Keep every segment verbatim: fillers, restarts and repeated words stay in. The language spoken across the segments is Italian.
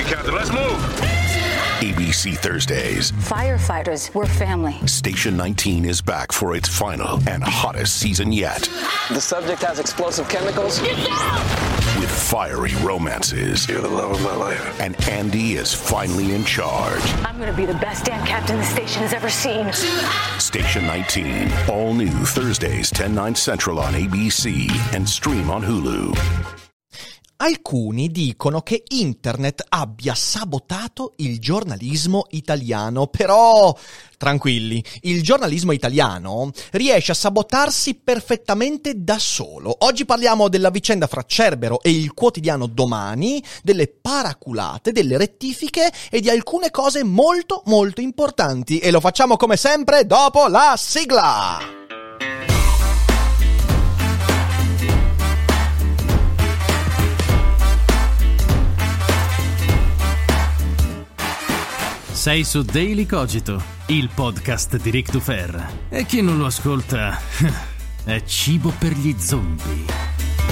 Captain. Let's move. A B C Thursdays. Firefighters, we're family. Station nineteen is back for its final and hottest season yet. The subject has explosive chemicals. Get down! With fiery romances. You're the love of my life. And Andy is finally in charge. I'm gonna be the best damn captain the station has ever seen. Station nineteen. All new Thursdays, ten, nine Central on A B C and stream on Hulu. Alcuni dicono che internet abbia sabotato il giornalismo italiano, però tranquilli, il giornalismo italiano riesce a sabotarsi perfettamente da solo. Oggi parliamo della vicenda fra Cerbero e il quotidiano Domani, delle paraculate, delle rettifiche e di alcune cose molto molto importanti, e lo facciamo come sempre dopo la sigla! Sei su Daily Cogito, il podcast di Ric Dufer. E chi non lo ascolta è cibo per gli zombie.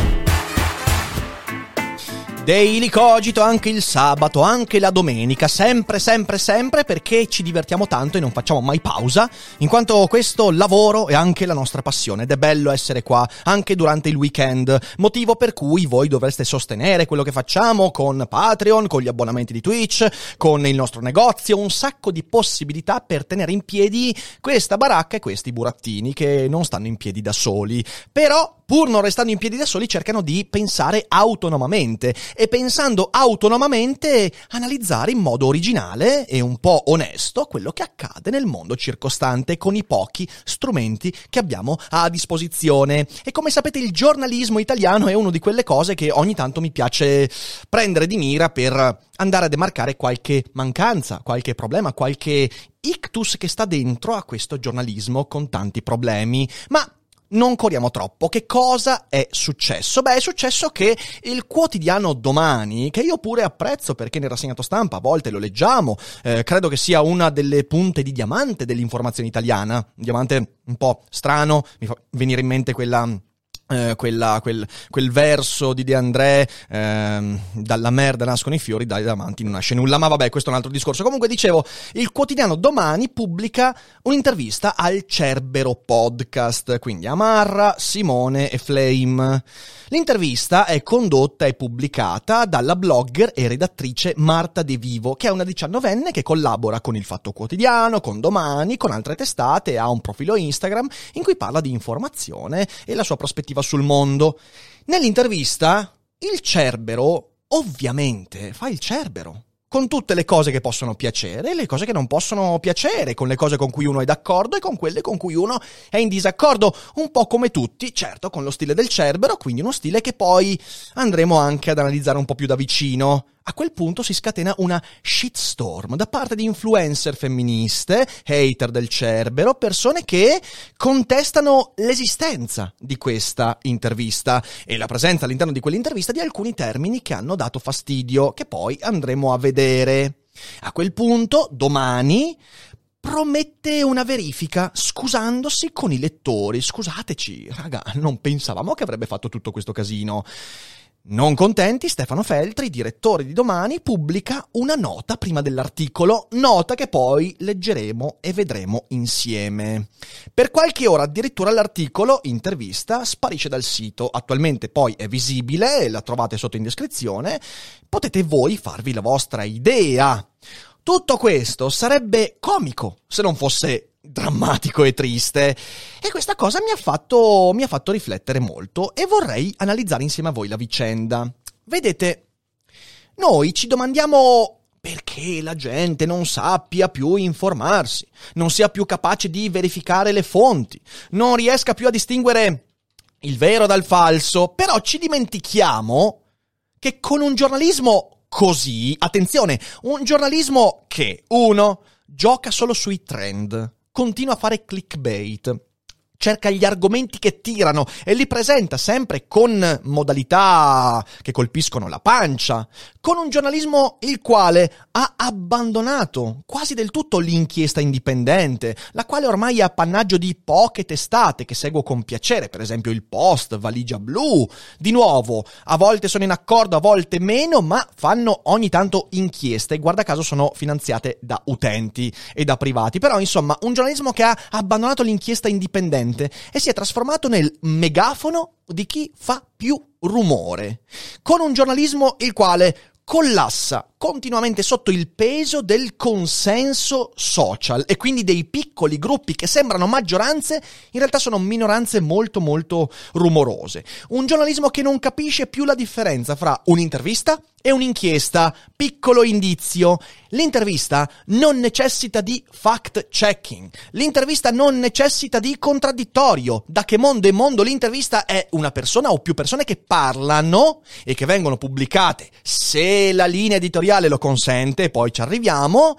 Daily Cogito anche il sabato, anche la domenica, sempre, sempre, sempre, perché ci divertiamo tanto e non facciamo mai pausa, in quanto questo lavoro è anche la nostra passione ed è bello essere qua anche durante il weekend, motivo per cui voi dovreste sostenere quello che facciamo con Patreon, con gli abbonamenti di Twitch, con il nostro negozio, un sacco di possibilità per tenere in piedi questa baracca e questi burattini che non stanno in piedi da soli, però pur non restando in piedi da soli cercano di pensare autonomamente e pensando autonomamente analizzare in modo originale e un po' onesto quello che accade nel mondo circostante con i pochi strumenti che abbiamo a disposizione. E come sapete il giornalismo italiano è una di quelle cose che ogni tanto mi piace prendere di mira per andare a demarcare qualche mancanza, qualche problema, qualche ictus che sta dentro a questo giornalismo con tanti problemi. Ma non corriamo troppo. Che cosa è successo? Beh, è successo che il quotidiano Domani, che io pure apprezzo perché nel rassegnato stampa a volte lo leggiamo, eh, credo che sia una delle punte di diamante dell'informazione italiana, un diamante un po' strano, mi fa venire in mente quella... Eh, quella, quel, quel verso di De André, ehm, dalla merda nascono i fiori, dai davanti non nasce nulla, ma vabbè, questo è un altro discorso. Comunque dicevo, il quotidiano Domani pubblica un'intervista al Cerbero Podcast, quindi a Marra, Simone e Flame. L'intervista è condotta e pubblicata dalla blogger e redattrice Marta De Vivo, che è una diciannovenne che collabora con il Fatto Quotidiano, con Domani, con altre testate e ha un profilo Instagram in cui parla di informazione e la sua prospettiva sul mondo. Nell'intervista il Cerbero ovviamente fa il Cerbero, con tutte le cose che possono piacere e le cose che non possono piacere, con le cose con cui uno è d'accordo e con quelle con cui uno è in disaccordo, un po' come tutti, certo con lo stile del Cerbero, quindi uno stile che poi andremo anche ad analizzare un po' più da vicino. A quel punto si scatena una shitstorm da parte di influencer femministe, hater del Cerbero, persone che contestano l'esistenza di questa intervista e la presenza all'interno di quell'intervista di alcuni termini che hanno dato fastidio, che poi andremo a vedere. A quel punto, Domani promette una verifica scusandosi con i lettori. Scusateci, raga, non pensavamo che avrebbe fatto tutto questo casino. Non contenti, Stefano Feltri, direttore di Domani, pubblica una nota prima dell'articolo, nota che poi leggeremo e vedremo insieme. Per qualche ora addirittura l'articolo, intervista, sparisce dal sito. Attualmente poi è visibile, la trovate sotto in descrizione, potete voi farvi la vostra idea. Tutto questo sarebbe comico se non fosse drammatico e triste, e questa cosa mi ha fatto mi ha fatto riflettere molto e vorrei analizzare insieme a voi la vicenda. Vedete, noi ci domandiamo perché la gente non sappia più informarsi, non sia più capace di verificare le fonti, non riesca più a distinguere il vero dal falso, però ci dimentichiamo che con un giornalismo così, attenzione, un giornalismo che, uno, gioca solo sui trend, continua a fare clickbait, cerca gli argomenti che tirano e li presenta sempre con modalità che colpiscono la pancia, con un giornalismo il quale ha abbandonato quasi del tutto l'inchiesta indipendente, la quale ormai è appannaggio di poche testate che seguo con piacere, per esempio il Post, Valigia Blu. Di nuovo, a volte sono in accordo, a volte meno, ma fanno ogni tanto inchieste e guarda caso sono finanziate da utenti e da privati. Però insomma, un giornalismo che ha abbandonato l'inchiesta indipendente e si è trasformato nel megafono di chi fa più rumore, con un giornalismo il quale collassa continuamente sotto il peso del consenso social e quindi dei piccoli gruppi che sembrano maggioranze, in realtà sono minoranze molto molto rumorose. Un giornalismo che non capisce più la differenza fra un'intervista e un'inchiesta. Piccolo indizio: l'intervista non necessita di fact-checking, l'intervista non necessita di contraddittorio. Da che mondo è mondo l'intervista è una persona o più persone che parlano e che vengono pubblicate, se la linea editoriale lo consente, poi ci arriviamo,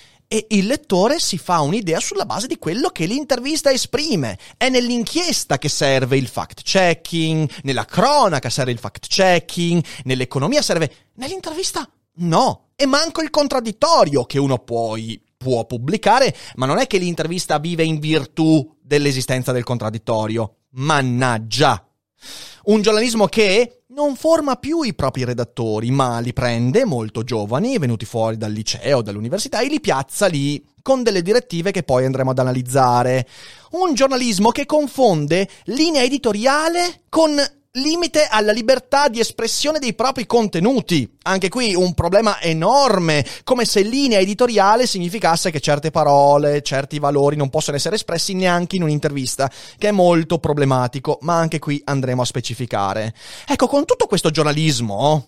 e il lettore si fa un'idea sulla base di quello che l'intervista esprime. È nell'inchiesta che serve il fact-checking, nella cronaca serve il fact-checking, nell'economia serve... Nell'intervista no, e manco il contraddittorio che uno poi può pubblicare, ma non è che l'intervista vive in virtù dell'esistenza del contraddittorio. Mannaggia! Un giornalismo che non forma più i propri redattori, ma li prende molto giovani, venuti fuori dal liceo, dall'università, e li piazza lì con delle direttive che poi andremo ad analizzare. Un giornalismo che confonde linea editoriale con limite alla libertà di espressione dei propri contenuti. Anche qui un problema enorme, come se linea editoriale significasse che certe parole, certi valori non possono essere espressi neanche in un'intervista, che è molto problematico, ma anche qui andremo a specificare. Ecco, con tutto questo giornalismo,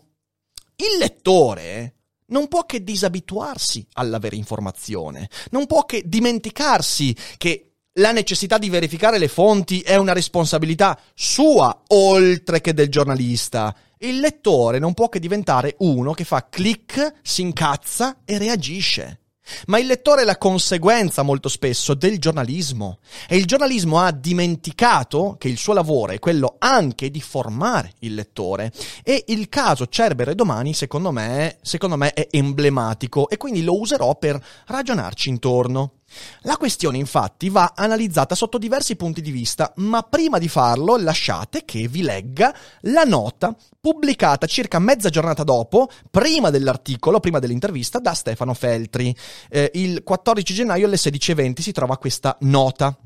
il lettore non può che disabituarsi alla vera informazione, non può che dimenticarsi che la necessità di verificare le fonti è una responsabilità sua, oltre che del giornalista. Il lettore non può che diventare uno che fa click, si incazza e reagisce. Ma il lettore è la conseguenza molto spesso del giornalismo, e il giornalismo ha dimenticato che il suo lavoro è quello anche di formare il lettore, e il caso Cerbero e Domani secondo me, secondo me è emblematico, e quindi lo userò per ragionarci intorno. La questione infatti va analizzata sotto diversi punti di vista, ma prima di farlo lasciate che vi legga la nota pubblicata circa mezza giornata dopo, prima dell'articolo, prima dell'intervista, da Stefano Feltri. Eh, il quattordici gennaio alle sedici e venti si trova questa nota.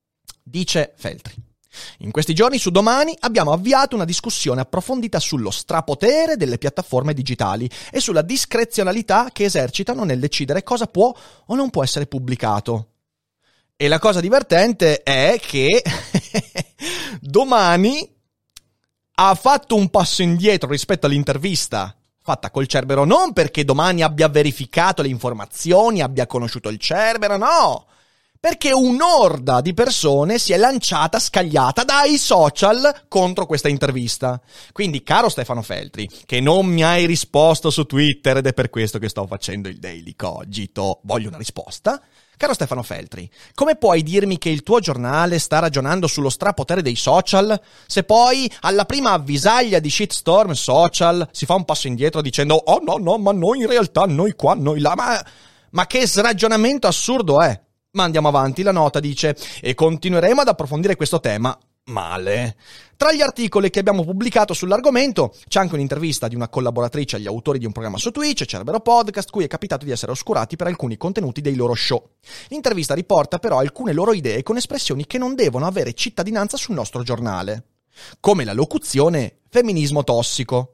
Dice Feltri: in questi giorni su Domani abbiamo avviato una discussione approfondita sullo strapotere delle piattaforme digitali e sulla discrezionalità che esercitano nel decidere cosa può o non può essere pubblicato. E la cosa divertente è che Domani ha fatto un passo indietro rispetto all'intervista fatta col Cerbero, non perché Domani abbia verificato le informazioni, abbia conosciuto il Cerbero, no! Perché un'orda di persone si è lanciata, scagliata dai social contro questa intervista. Quindi, caro Stefano Feltri, che non mi hai risposto su Twitter ed è per questo che sto facendo il Daily Cogito, voglio una risposta. Caro Stefano Feltri, come puoi dirmi che il tuo giornale sta ragionando sullo strapotere dei social, se poi alla prima avvisaglia di shitstorm social si fa un passo indietro dicendo «Oh no, no, ma noi in realtà, noi qua, noi là», ma, ma che sragionamento assurdo è? Ma andiamo avanti, la nota dice: e continueremo ad approfondire questo tema. Male. Tra gli articoli che abbiamo pubblicato sull'argomento c'è anche un'intervista di una collaboratrice agli autori di un programma su Twitch, Cerbero Podcast, cui è capitato di essere oscurati per alcuni contenuti dei loro show. L'intervista riporta però alcune loro idee con espressioni che non devono avere cittadinanza sul nostro giornale, come la locuzione femminismo tossico.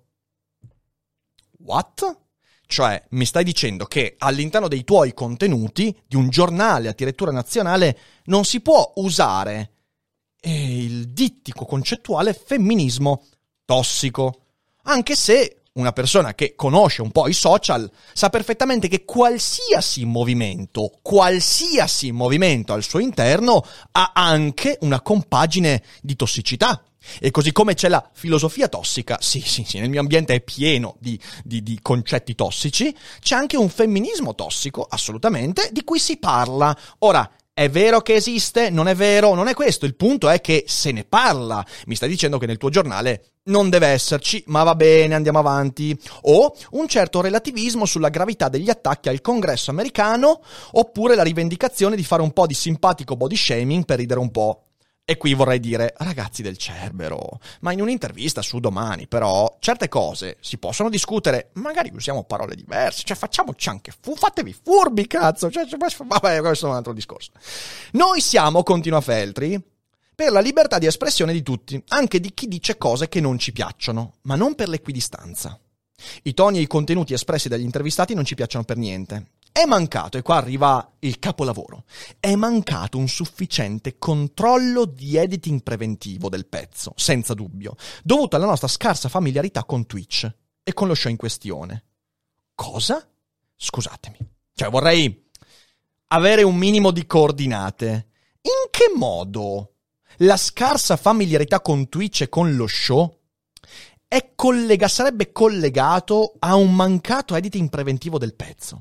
What? Cioè, mi stai dicendo che all'interno dei tuoi contenuti, di un giornale addirittura nazionale, non si può usare eh, il dittico concettuale femminismo tossico, anche se una persona che conosce un po' i social sa perfettamente che qualsiasi movimento, qualsiasi movimento al suo interno ha anche una compagine di tossicità. E così come c'è la filosofia tossica, sì, sì, sì, nel mio ambiente è pieno di, di, di concetti tossici, c'è anche un femminismo tossico, assolutamente, di cui si parla. Ora, È vero che esiste? Non è vero? Non è questo. Il punto è che se ne parla. Mi stai dicendo che nel tuo giornale non deve esserci, ma va bene, andiamo avanti. O un certo relativismo sulla gravità degli attacchi al Congresso americano, oppure la rivendicazione di fare un po' di simpatico body shaming per ridere un po'. E qui vorrei dire, ragazzi del Cerbero, ma in un'intervista su Domani, però, certe cose si possono discutere, magari usiamo parole diverse, cioè facciamoci anche fu, fatevi furbi, cazzo, cioè, cioè, vabbè, questo è un altro discorso. Noi siamo, continua Feltri, per la libertà di espressione di tutti, anche di chi dice cose che non ci piacciono, ma non per l'equidistanza. I toni e i contenuti espressi dagli intervistati non ci piacciono per niente. È mancato, e qua arriva il capolavoro, è mancato un sufficiente controllo di editing preventivo del pezzo, senza dubbio, dovuto alla nostra scarsa familiarità con Twitch e con lo show in questione. Cosa? Scusatemi. Cioè, vorrei avere un minimo di coordinate. In che modo la scarsa familiarità con Twitch e con lo show è collega- sarebbe collegato a un mancato editing preventivo del pezzo?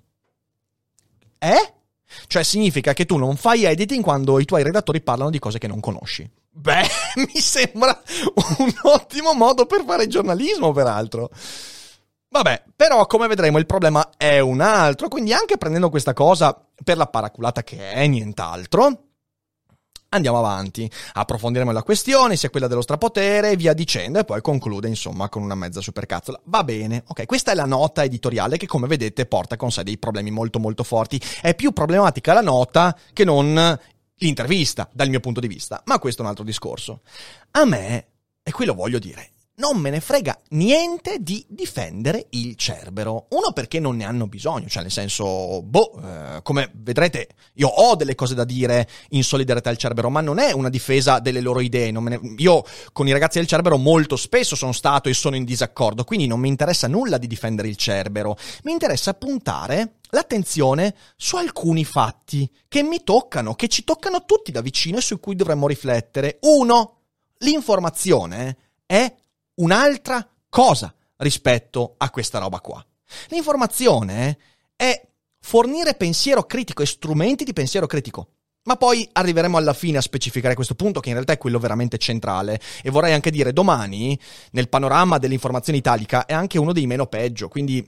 Eh? Cioè significa che tu non fai editing quando i tuoi redattori parlano di cose che non conosci. Beh, mi sembra un ottimo modo per fare giornalismo, peraltro. Vabbè, però come vedremo il problema è un altro, quindi anche prendendo questa cosa per la paraculata che è, nient'altro, andiamo avanti, approfondiremo la questione, sia quella dello strapotere e via dicendo, e poi conclude insomma con una mezza supercazzola. Va bene, ok, questa è la nota editoriale che come vedete porta con sé dei problemi molto molto forti. È più problematica la nota che non l'intervista dal mio punto di vista, ma questo è un altro discorso. A me, e qui lo voglio dire, non me ne frega niente di difendere il Cerbero. Uno, perché non ne hanno bisogno, cioè nel senso, boh, eh, come vedrete io ho delle cose da dire in solidarietà al Cerbero, ma non è una difesa delle loro idee. Non me ne... Io con i ragazzi del Cerbero molto spesso sono stato e sono in disaccordo, quindi non mi interessa nulla di difendere il Cerbero. Mi interessa puntare l'attenzione su alcuni fatti che mi toccano, che ci toccano tutti da vicino e su cui dovremmo riflettere. Uno, l'informazione è un'altra cosa rispetto a questa roba qua. L'informazione è fornire pensiero critico e strumenti di pensiero critico. Ma poi arriveremo alla fine a specificare questo punto, che in realtà è quello veramente centrale. E vorrei anche dire, Domani, nel panorama dell'informazione italica, è anche uno dei meno peggio, quindi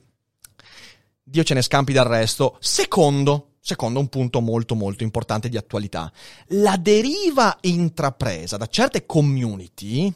Dio ce ne scampi dal resto. Secondo, secondo un punto molto molto importante di attualità, la deriva intrapresa da certe community,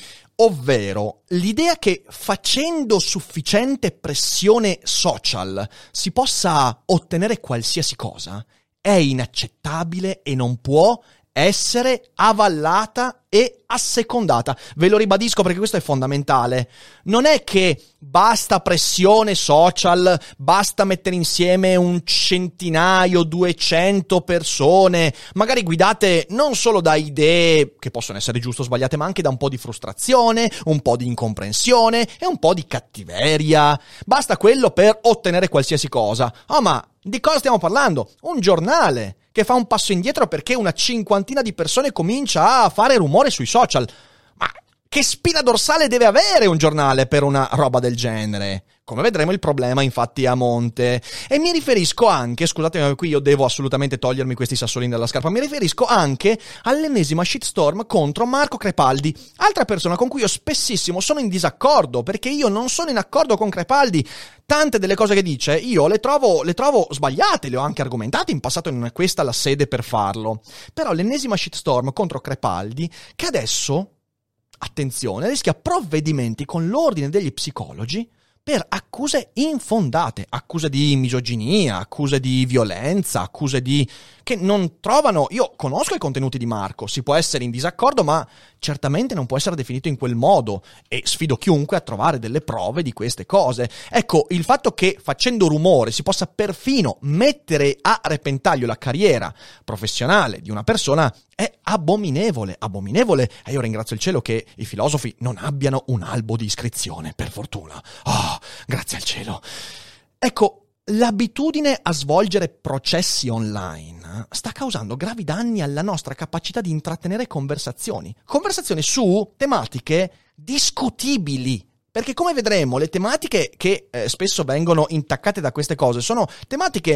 ovvero l'idea che facendo sufficiente pressione social si possa ottenere qualsiasi cosa, è inaccettabile e non può essere avallata e assecondata. Ve lo ribadisco perché questo è fondamentale. Non è che basta pressione social, basta mettere insieme un centinaio, duecento persone, magari guidate non solo da idee che possono essere giuste o sbagliate, ma anche da un po' di frustrazione, un po' di incomprensione e un po' di cattiveria. Basta quello per ottenere qualsiasi cosa. Oh, ma di cosa stiamo parlando? Un giornale che fa un passo indietro perché una cinquantina di persone comincia a fare rumore sui social. Ma che spina dorsale deve avere un giornale per una roba del genere? Come vedremo, il problema infatti è a monte. E mi riferisco anche, scusatemi, qui io devo assolutamente togliermi questi sassolini dalla scarpa, mi riferisco anche all'ennesima shitstorm contro Marco Crepaldi, altra persona con cui io spessissimo sono in disaccordo, perché io non sono in accordo con Crepaldi. Tante delle cose che dice io le trovo, le trovo sbagliate, le ho anche argomentate in passato e non è questa la sede per farlo. Però l'ennesima shitstorm contro Crepaldi, che adesso, attenzione, rischia provvedimenti con l'ordine degli psicologi per accuse infondate, accuse di misoginia, accuse di violenza, accuse di... che non trovano... Io conosco i contenuti di Marco, si può essere in disaccordo, ma certamente non può essere definito in quel modo e sfido chiunque a trovare delle prove di queste cose. Ecco, il fatto che facendo rumore si possa perfino mettere a repentaglio la carriera professionale di una persona è abominevole, abominevole. E io ringrazio il cielo che i filosofi non abbiano un albo di iscrizione, per fortuna. Oh, grazie al cielo. Ecco, l'abitudine a svolgere processi online sta causando gravi danni alla nostra capacità di intrattenere conversazioni. Conversazioni su tematiche discutibili. Perché come vedremo, le tematiche che eh, spesso vengono intaccate da queste cose sono tematiche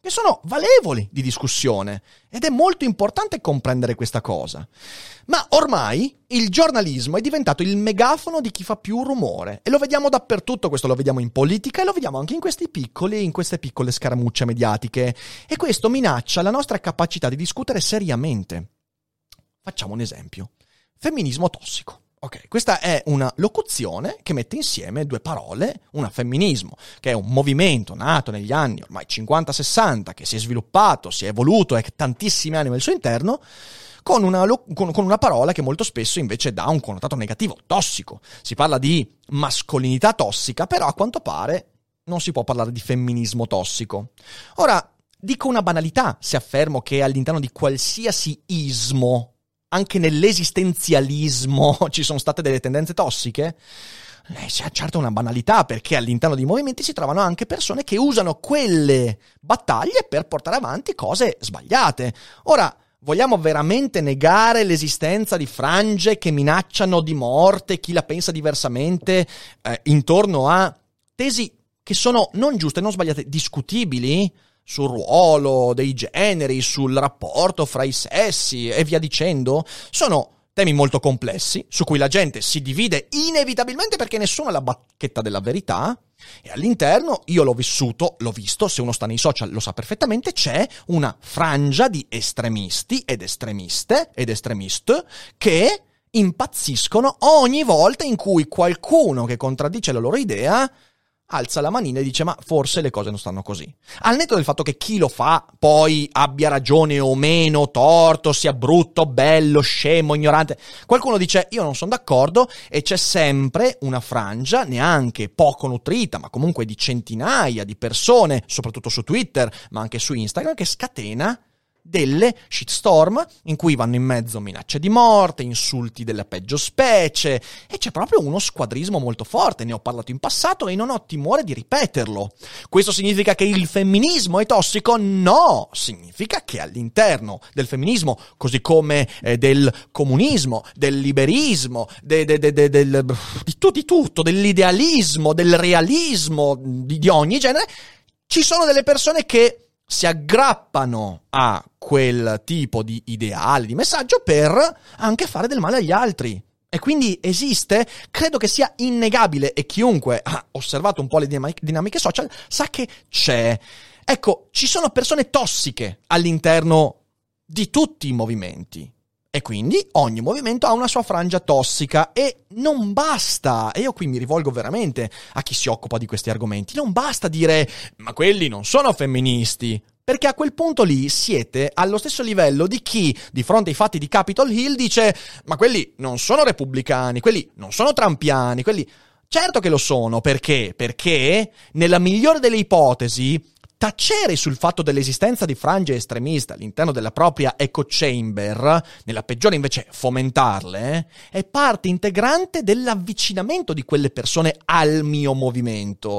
che sono valevoli di discussione, ed è molto importante comprendere questa cosa. Ma ormai il giornalismo è diventato il megafono di chi fa più rumore, e lo vediamo dappertutto. Questo lo vediamo in politica e lo vediamo anche in questi piccoli, in queste piccole scaramucce mediatiche, e questo minaccia la nostra capacità di discutere seriamente. Facciamo un esempio: femminismo tossico. Ok, questa è una locuzione che mette insieme due parole, una femminismo, che è un movimento nato negli anni ormai cinquanta sessanta, che si è sviluppato, si è evoluto e ha tantissime anime al suo interno, con una, con, con una parola che molto spesso invece dà un connotato negativo, tossico. Si parla di mascolinità tossica, però a quanto pare non si può parlare di femminismo tossico. Ora, dico una banalità se affermo che all'interno di qualsiasi ismo, anche nell'esistenzialismo, ci sono state delle tendenze tossiche? Eh, certo, una banalità, perché all'interno dei movimenti si trovano anche persone che usano quelle battaglie per portare avanti cose sbagliate. Ora, vogliamo veramente negare l'esistenza di frange che minacciano di morte chi la pensa diversamente eh, intorno a tesi che sono non giuste, non sbagliate, discutibili? Sul ruolo dei generi, sul rapporto fra i sessi e via dicendo? Sono temi molto complessi, su cui la gente si divide inevitabilmente perché nessuno ha la bacchetta della verità, e all'interno, io l'ho vissuto, l'ho visto, se uno sta nei social lo sa perfettamente, c'è una frangia di estremisti ed estremiste ed estremiste che impazziscono ogni volta in cui qualcuno che contraddice la loro idea alza la manina e dice: ma forse le cose non stanno così. Al netto del fatto che chi lo fa poi abbia ragione o meno, torto, sia brutto, bello, scemo, ignorante, qualcuno dice io non sono d'accordo, e c'è sempre una frangia neanche poco nutrita, ma comunque di centinaia di persone, soprattutto su Twitter, ma anche su Instagram, che scatena delle shitstorm in cui vanno in mezzo minacce di morte, insulti della peggio specie, e c'è proprio uno squadrismo molto forte. Ne ho parlato in passato e non ho timore di ripeterlo. Questo significa che il femminismo è tossico? No! Significa che all'interno del femminismo, così come eh, del comunismo, del liberismo, de, de, de, de, del, di, tu, di tutto, dell'idealismo, del realismo, di, di ogni genere, ci sono delle persone che si aggrappano a quel tipo di ideale, di messaggio, per anche fare del male agli altri. E quindi esiste, credo che sia innegabile, e chiunque ha osservato un po' le dinamiche social sa che c'è. Ecco, ci sono persone tossiche all'interno di tutti i movimenti. E quindi ogni movimento ha una sua frangia tossica, e non basta, e io qui mi rivolgo veramente a chi si occupa di questi argomenti, non basta dire ma quelli non sono femministi, perché a quel punto lì siete allo stesso livello di chi di fronte ai fatti di Capitol Hill dice ma quelli non sono repubblicani, quelli non sono trampiani, quelli... Certo che lo sono, perché? Perché nella migliore delle ipotesi tacere sul fatto dell'esistenza di frange estremiste all'interno della propria echo chamber, nella peggiore invece fomentarle, è parte integrante dell'avvicinamento di quelle persone al mio movimento.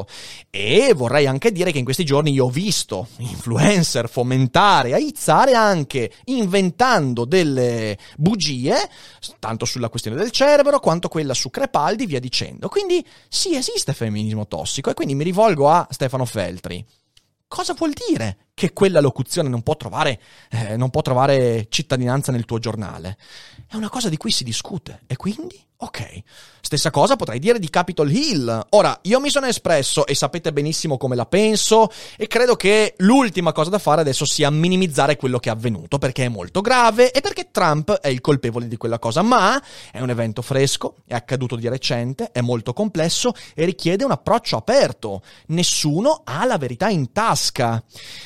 E vorrei anche dire che in questi giorni io ho visto influencer fomentare, aizzare anche inventando delle bugie, tanto sulla questione del Cerbero quanto quella su Crepaldi, via dicendo. Quindi sì, esiste femminismo tossico, e quindi mi rivolgo a Stefano Feltri. Cosa vuol dire che quella locuzione non può trovare, eh, non può trovare cittadinanza nel tuo giornale? È una cosa di cui si discute, e quindi, ok. Stessa cosa potrei dire di Capitol Hill. Ora, io mi sono espresso e sapete benissimo come la penso, e credo che l'ultima cosa da fare adesso sia minimizzare quello che è avvenuto, perché è molto grave e perché Trump è il colpevole di quella cosa, ma è un evento fresco, è accaduto di recente, è molto complesso e richiede un approccio aperto. Nessuno ha la verità in tasca.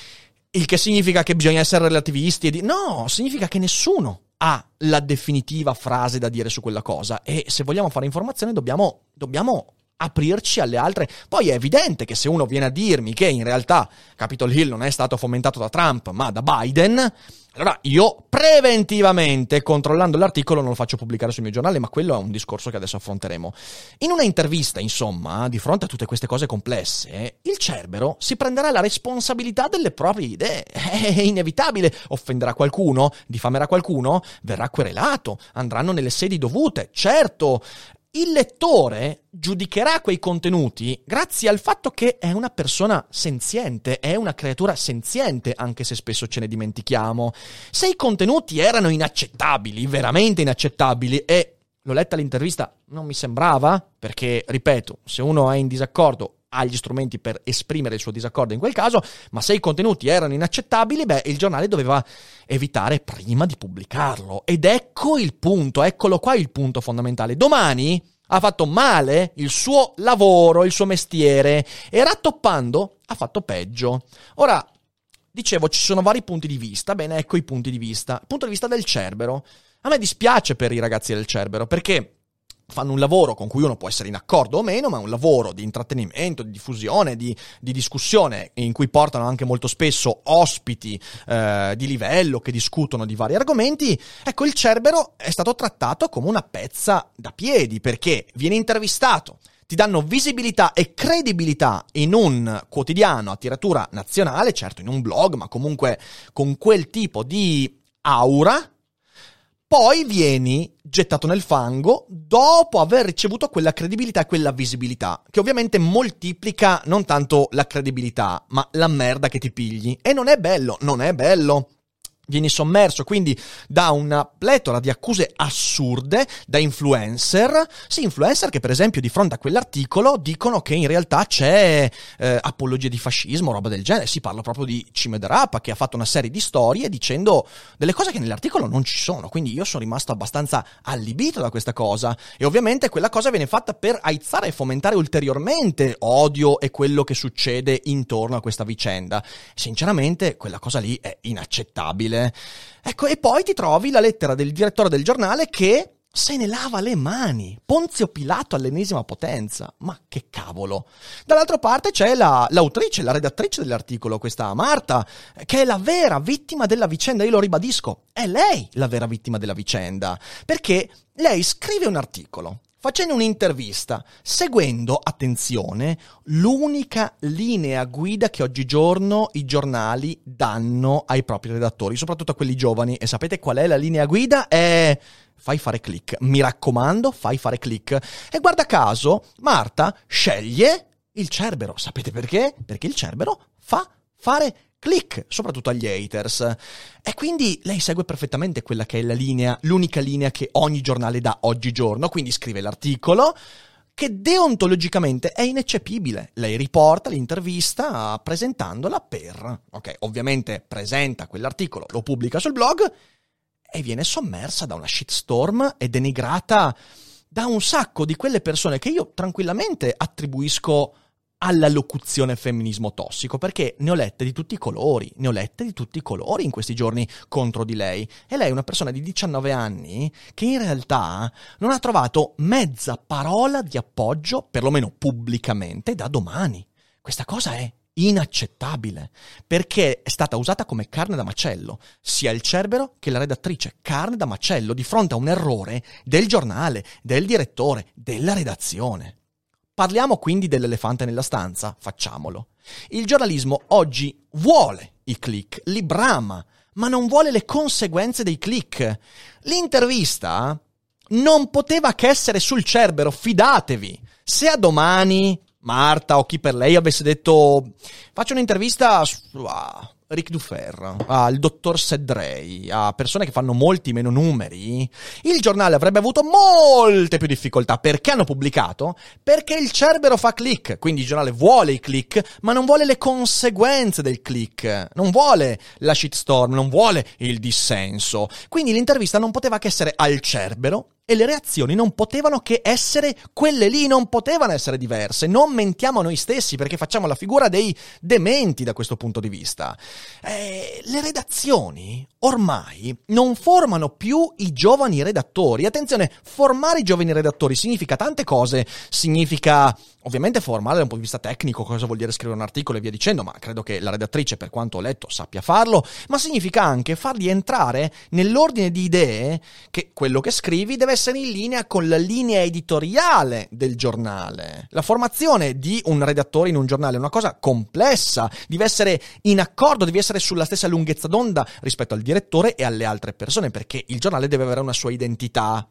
Il che significa che bisogna essere relativisti e di... No, significa che nessuno ha la definitiva frase da dire su quella cosa, e se vogliamo fare informazione dobbiamo, dobbiamo aprirci alle altre. Poi è evidente che se uno viene a dirmi che in realtà Capitol Hill non è stato fomentato da Trump ma da Biden, allora io preventivamente, controllando l'articolo, non lo faccio pubblicare sul mio giornale, ma quello è un discorso che adesso affronteremo. In una intervista, insomma, di fronte a tutte queste cose complesse, il Cerbero si prenderà la responsabilità delle proprie idee. È inevitabile, offenderà qualcuno, diffamerà qualcuno, verrà querelato, andranno nelle sedi dovute, certo. il lettore giudicherà quei contenuti grazie al fatto che è una persona senziente, è una creatura senziente, anche se spesso ce ne dimentichiamo. Se i contenuti erano inaccettabili, veramente inaccettabili, e l'ho letta l'intervista, non mi sembrava, perché, ripeto, se uno è in disaccordo ha gli strumenti per esprimere il suo disaccordo in quel caso, ma se i contenuti erano inaccettabili, beh, il giornale doveva evitare prima di pubblicarlo. Ed ecco il punto, eccolo qua il punto fondamentale. Domani ha fatto male il suo lavoro, il suo mestiere, e rattoppando ha fatto peggio. Ora, dicevo, ci sono vari punti di vista. Bene, ecco i punti di vista. Il punto di vista del Cerbero. A me dispiace per i ragazzi del Cerbero, perché fanno un lavoro con cui uno può essere in accordo o meno, ma è un lavoro di intrattenimento, di diffusione, di, di discussione, in cui portano anche molto spesso ospiti eh, di livello che discutono di vari argomenti. Ecco, il Cerbero è stato trattato come una pezza da piedi, perché viene intervistato, ti danno visibilità e credibilità in un quotidiano a tiratura nazionale, certo in un blog, ma comunque con quel tipo di aura. Poi vieni gettato nel fango dopo aver ricevuto quella credibilità e quella visibilità, che ovviamente moltiplica non tanto la credibilità, ma la merda che ti pigli. E non è bello, non è bello. Vieni sommerso quindi da una pletora di accuse assurde, da influencer, sì, influencer che per esempio di fronte a quell'articolo dicono che in realtà c'è eh, apologia di fascismo, roba del genere. Si parla proprio di Cime de Rapa, che ha fatto una serie di storie dicendo delle cose che nell'articolo non ci sono, quindi io sono rimasto abbastanza allibito da questa cosa. E ovviamente quella cosa viene fatta per aizzare e fomentare ulteriormente odio e quello che succede intorno a questa vicenda. Sinceramente quella cosa lì è inaccettabile. Ecco, e poi ti trovi la lettera del direttore del giornale che se ne lava le mani. Ponzio Pilato all'ennesima potenza. Ma che cavolo. Dall'altra parte c'è la, l'autrice, la redattrice dell'articolo, questa Marta, che è la vera vittima della vicenda. Io lo ribadisco, è lei la vera vittima della vicenda, perché lei scrive un articolo facendo un'intervista, seguendo, attenzione, l'unica linea guida che oggigiorno i giornali danno ai propri redattori, soprattutto a quelli giovani. E sapete qual è la linea guida? È fai fare click. Mi raccomando, fai fare click. E guarda caso, Marta sceglie il Cerbero. Sapete perché? Perché il Cerbero fa fare click, soprattutto agli haters. E quindi lei segue perfettamente quella che è la linea, l'unica linea che ogni giornale dà oggigiorno. Quindi scrive l'articolo che deontologicamente è ineccepibile. Lei riporta l'intervista presentandola per... Ok, ovviamente presenta quell'articolo, lo pubblica sul blog e viene sommersa da una shitstorm e denigrata da un sacco di quelle persone che io tranquillamente attribuisco alla locuzione femminismo tossico, perché ne ho lette di tutti i colori, ne ho lette di tutti i colori in questi giorni contro di lei. E lei è una persona di diciannove anni che in realtà non ha trovato mezza parola di appoggio, perlomeno pubblicamente, da Domani. Questa cosa è inaccettabile, perché è stata usata come carne da macello, sia il Cerbero che la redattrice, carne da macello di fronte a un errore del giornale, del direttore, della redazione. Parliamo quindi dell'elefante nella stanza? Facciamolo. Il giornalismo oggi vuole i click, li brama, ma non vuole le conseguenze dei click. L'intervista non poteva che essere sul Cerbero, fidatevi. Se a Domani Marta o chi per lei avesse detto faccio un'intervista a Ric Dufer, al dottor Sedrey, a persone che fanno molti meno numeri, il giornale avrebbe avuto molte più difficoltà. Perché hanno pubblicato? Perché il Cerbero fa click, quindi il giornale vuole i click, ma non vuole le conseguenze del click, non vuole la shitstorm, non vuole il dissenso. Quindi l'intervista non poteva che essere al Cerbero e le reazioni non potevano che essere quelle lì, non potevano essere diverse. Non mentiamo a noi stessi, perché facciamo la figura dei dementi da questo punto di vista. Eh, le redazioni ormai non formano più i giovani redattori. Attenzione, formare i giovani redattori significa tante cose. Significa ovviamente formare da un punto di vista tecnico, cosa vuol dire scrivere un articolo e via dicendo, ma credo che la redattrice, per quanto ho letto, sappia farlo. Ma significa anche farli entrare nell'ordine di idee che quello che scrivi deve deve essere in linea con la linea editoriale del giornale. La formazione di un redattore in un giornale è una cosa complessa, deve essere in accordo, deve essere sulla stessa lunghezza d'onda rispetto al direttore e alle altre persone, perché il giornale deve avere una sua identità.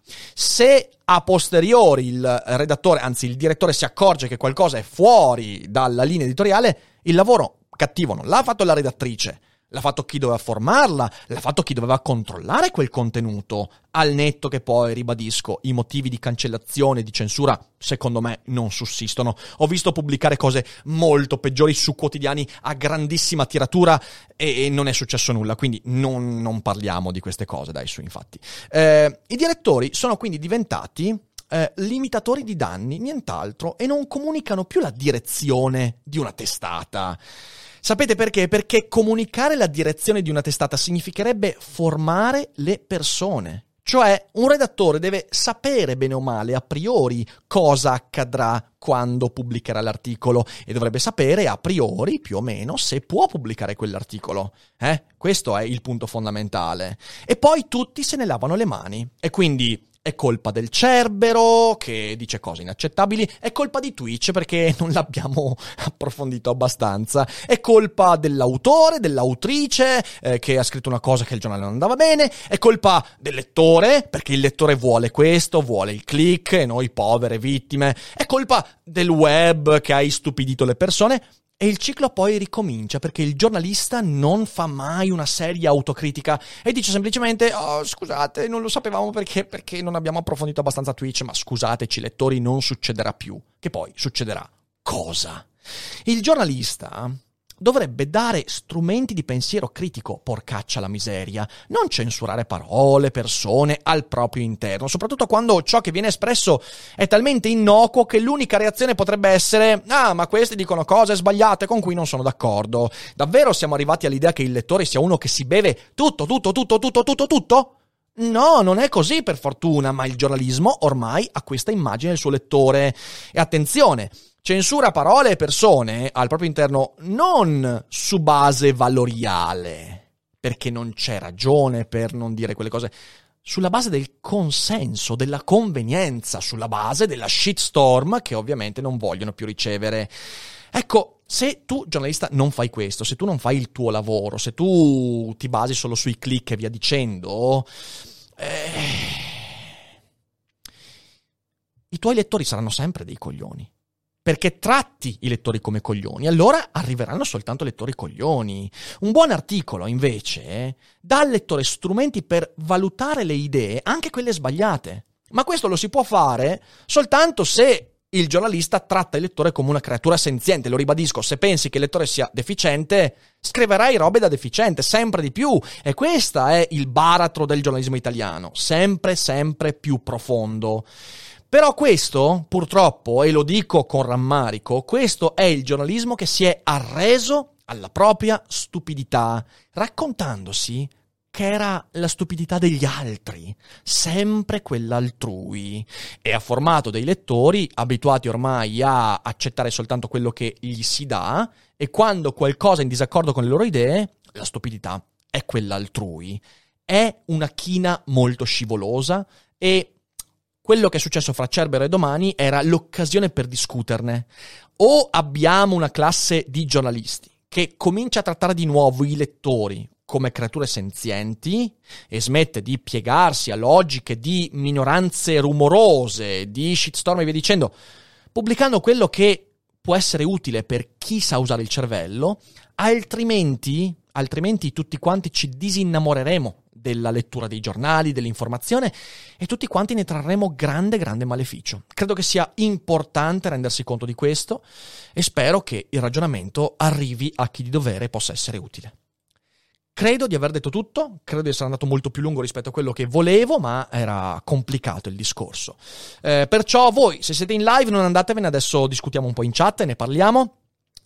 Se a posteriori il redattore, anzi il direttore, si accorge che qualcosa è fuori dalla linea editoriale, il lavoro cattivo non l'ha fatto la redattrice, l'ha fatto chi doveva formarla, l'ha fatto chi doveva controllare quel contenuto, al netto che poi, ribadisco, i motivi di cancellazione e di censura secondo me non sussistono. Ho visto pubblicare cose molto peggiori su quotidiani a grandissima tiratura e, e non è successo nulla, quindi non, non parliamo di queste cose, dai su, infatti. Eh, i direttori sono quindi diventati eh, limitatori di danni, nient'altro, e non comunicano più la direzione di una testata. Sapete perché? Perché comunicare la direzione di una testata significherebbe formare le persone. Cioè, un redattore deve sapere bene o male a priori cosa accadrà quando pubblicherà l'articolo e dovrebbe sapere a priori, più o meno, se può pubblicare quell'articolo. Eh? Questo è il punto fondamentale. E poi tutti se ne lavano le mani. E quindi è colpa del Cerbero, che dice cose inaccettabili, è colpa di Twitch perché non l'abbiamo approfondito abbastanza, è colpa dell'autore, dell'autrice, eh, che ha scritto una cosa che il giornale non andava bene, è colpa del lettore, perché il lettore vuole questo, vuole il click, e noi povere vittime, è colpa del web che ha istupidito le persone. E il ciclo poi ricomincia perché il giornalista non fa mai una seria autocritica e dice semplicemente oh, scusate, non lo sapevamo perché, perché non abbiamo approfondito abbastanza Twitch, ma scusateci lettori, non succederà più. Che poi succederà cosa? Il giornalista dovrebbe dare strumenti di pensiero critico, porcaccia la miseria, non censurare parole, persone al proprio interno, soprattutto quando ciò che viene espresso è talmente innocuo che l'unica reazione potrebbe essere ah, ma questi dicono cose sbagliate con cui non sono d'accordo. Davvero siamo arrivati all'idea che il lettore sia uno che si beve tutto, tutto, tutto, tutto, tutto, tutto? No, non è così per fortuna, ma il giornalismo ormai ha questa immagine del suo lettore. E attenzione, censura parole e persone al proprio interno non su base valoriale, perché non c'è ragione per non dire quelle cose, sulla base del consenso, della convenienza, sulla base della shitstorm che ovviamente non vogliono più ricevere. Ecco, se tu giornalista non fai questo, se tu non fai il tuo lavoro, se tu ti basi solo sui click e via dicendo, eh, i tuoi lettori saranno sempre dei coglioni. Perché tratti i lettori come coglioni, allora arriveranno soltanto lettori coglioni. Un buon articolo, invece, dà al lettore strumenti per valutare le idee, anche quelle sbagliate. Ma questo lo si può fare soltanto se il giornalista tratta il lettore come una creatura senziente. Lo ribadisco, se pensi che il lettore sia deficiente, scriverai robe da deficiente, sempre di più. E questo è il baratro del giornalismo italiano, sempre, sempre più profondo. Però questo, purtroppo, e lo dico con rammarico, questo è il giornalismo che si è arreso alla propria stupidità, raccontandosi che era la stupidità degli altri, sempre quella altrui, e ha formato dei lettori abituati ormai a accettare soltanto quello che gli si dà, e quando qualcosa è in disaccordo con le loro idee, la stupidità è quella altrui. È una china molto scivolosa e quello che è successo fra Cerbero e Domani era l'occasione per discuterne. O abbiamo una classe di giornalisti che comincia a trattare di nuovo i lettori come creature senzienti e smette di piegarsi a logiche di minoranze rumorose, di shitstorm e via dicendo, pubblicando quello che può essere utile per chi sa usare il cervello, altrimenti, altrimenti tutti quanti ci disinnamoreremo della lettura dei giornali, dell'informazione, e tutti quanti ne trarremo grande, grande maleficio. Credo che sia importante rendersi conto di questo e spero che il ragionamento arrivi a chi di dovere possa essere utile. Credo di aver detto tutto, credo di essere andato molto più lungo rispetto a quello che volevo, ma era complicato il discorso. Eh, perciò voi, se siete in live, non andatevene, adesso discutiamo un po' in chat e ne parliamo.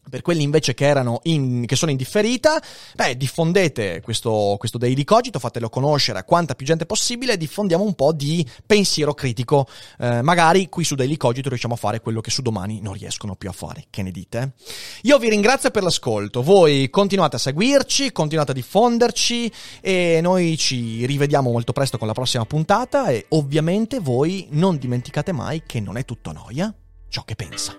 Per quelli invece che erano in, che sono in differita, beh, diffondete questo, questo Daily Cogito, fatelo conoscere a quanta più gente possibile e diffondiamo un po' di pensiero critico. Eh, magari qui su Daily Cogito riusciamo a fare quello che su Domani non riescono più a fare. Che ne dite? Io vi ringrazio per l'ascolto, voi continuate a seguirci, continuate a diffonderci e noi ci rivediamo molto presto con la prossima puntata e ovviamente voi non dimenticate mai che non è tutto noia ciò che pensa.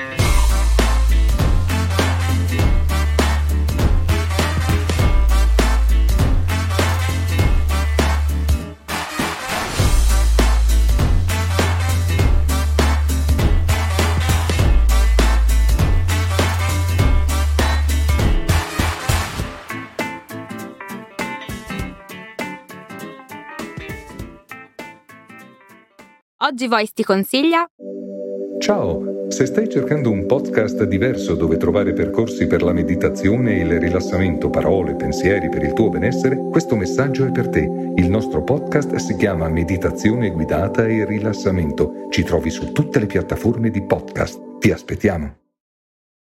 Oggi Voice ti consiglia... Ciao, se stai cercando un podcast diverso dove trovare percorsi per la meditazione e il rilassamento, parole, pensieri per il tuo benessere, questo messaggio è per te. Il nostro podcast si chiama Meditazione guidata e rilassamento. Ci trovi su tutte le piattaforme di podcast. Ti aspettiamo.